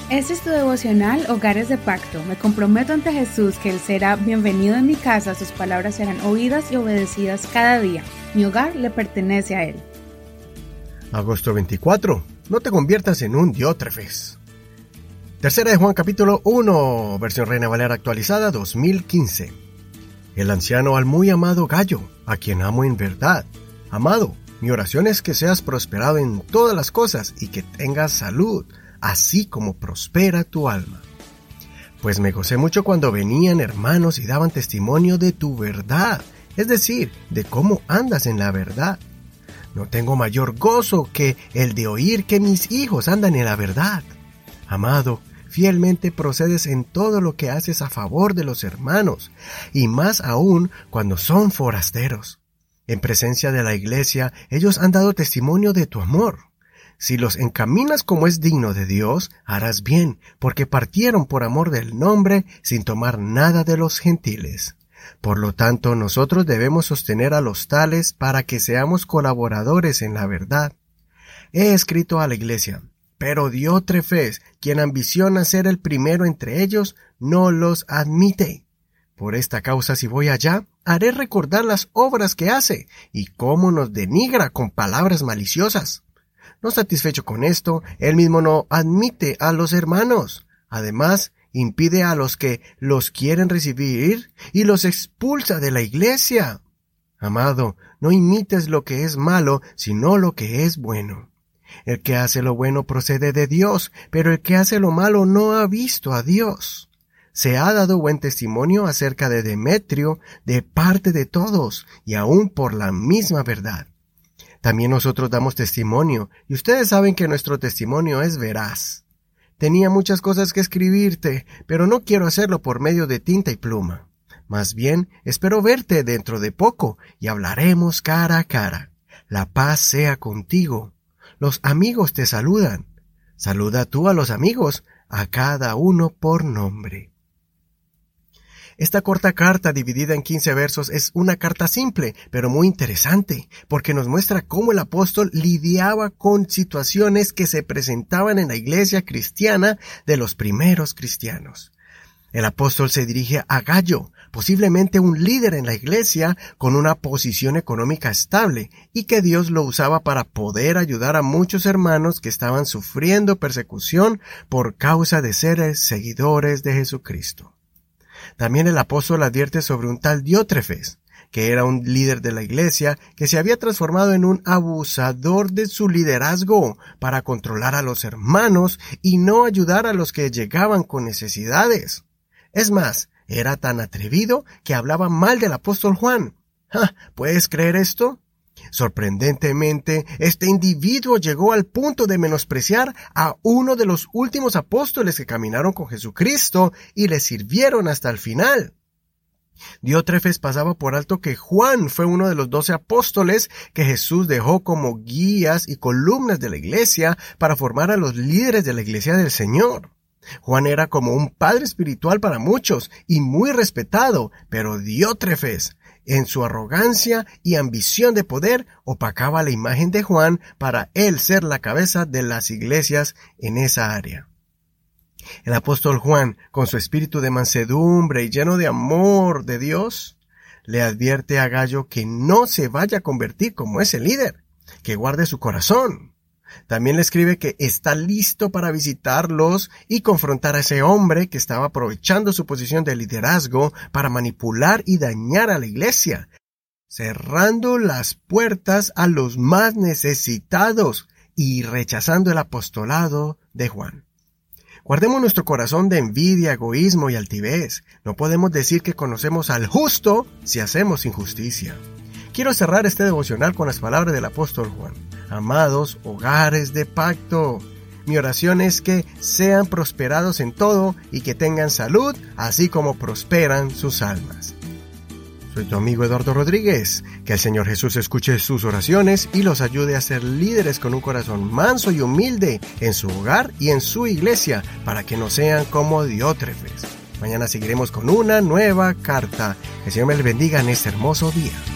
Este es tu devocional Hogares de Pacto. Me comprometo ante Jesús que Él será bienvenido en mi casa, sus palabras serán oídas y obedecidas cada día. Mi hogar le pertenece a Él. Agosto 24. No te conviertas en un diótrefes. Tercera de Juan capítulo 1, versión Reina Valera actualizada 2015. El anciano al muy amado Gallo, a quien amo en verdad. Amado, mi oración es que seas prosperado en todas las cosas y que tengas salud, así como prospera tu alma. Pues me gocé mucho cuando venían hermanos y daban testimonio de tu verdad, es decir, de cómo andas en la verdad. No tengo mayor gozo que el de oír que mis hijos andan en la verdad. Amado, fielmente procedes en todo lo que haces a favor de los hermanos, y más aún cuando son forasteros. En presencia de la iglesia, ellos han dado testimonio de tu amor. Si los encaminas como es digno de Dios, harás bien, porque partieron por amor del nombre sin tomar nada de los gentiles. Por lo tanto, nosotros debemos sostener a los tales para que seamos colaboradores en la verdad. He escrito a la iglesia, pero Diótrefes, quien ambiciona ser el primero entre ellos, no los admite. Por esta causa, si voy allá, haré recordar las obras que hace y cómo nos denigra con palabras maliciosas. No satisfecho con esto, él mismo no admite a los hermanos. Además, impide a los que los quieren recibir y los expulsa de la iglesia. Amado, no imites lo que es malo, sino lo que es bueno. El que hace lo bueno procede de Dios, pero el que hace lo malo no ha visto a Dios. Se ha dado buen testimonio acerca de Demetrio de parte de todos, y aún por la misma verdad. También nosotros damos testimonio, y ustedes saben que nuestro testimonio es veraz. Tenía muchas cosas que escribirte, pero no quiero hacerlo por medio de tinta y pluma. Más bien, espero verte dentro de poco, y hablaremos cara a cara. La paz sea contigo. Los amigos te saludan. Saluda tú a los amigos, a cada uno por nombre. Esta corta carta, dividida en 15 versos, es una carta simple, pero muy interesante, porque nos muestra cómo el apóstol lidiaba con situaciones que se presentaban en la iglesia cristiana de los primeros cristianos. El apóstol se dirige a Gallo, posiblemente un líder en la iglesia con una posición económica estable, y que Dios lo usaba para poder ayudar a muchos hermanos que estaban sufriendo persecución por causa de ser seguidores de Jesucristo. También el apóstol advierte sobre un tal Diótrefes, que era un líder de la iglesia que se había transformado en un abusador de su liderazgo para controlar a los hermanos y no ayudar a los que llegaban con necesidades. Es más, era tan atrevido que hablaba mal del apóstol Juan. ¿Puedes creer esto? Sorprendentemente, este individuo llegó al punto de menospreciar a uno de los últimos apóstoles que caminaron con Jesucristo y le sirvieron hasta el final. Diótrefes pasaba por alto que Juan fue uno de los 12 apóstoles que Jesús dejó como guías y columnas de la iglesia para formar a los líderes de la iglesia del Señor. Juan era como un padre espiritual para muchos y muy respetado, pero Diótrefes, en su arrogancia y ambición de poder, opacaba la imagen de Juan para él ser la cabeza de las iglesias en esa área. El apóstol Juan, con su espíritu de mansedumbre y lleno de amor de Dios, le advierte a Gallo que no se vaya a convertir como ese líder, que guarde su corazón. También le escribe que está listo para visitarlos y confrontar a ese hombre que estaba aprovechando su posición de liderazgo para manipular y dañar a la iglesia, cerrando las puertas a los más necesitados y rechazando el apostolado de Juan. Guardemos nuestro corazón de envidia, egoísmo y altivez. No podemos decir que conocemos al justo si hacemos injusticia. Quiero cerrar este devocional con las palabras del apóstol Juan. Amados hogares de pacto, mi oración es que sean prosperados en todo y que tengan salud, así como prosperan sus almas. Soy tu amigo Eduardo Rodríguez. Que el Señor Jesús escuche sus oraciones y los ayude a ser líderes con un corazón manso y humilde en su hogar y en su iglesia, para que no sean como Diótrefes. Mañana seguiremos con una nueva carta. Que el Señor me les bendiga en este hermoso día.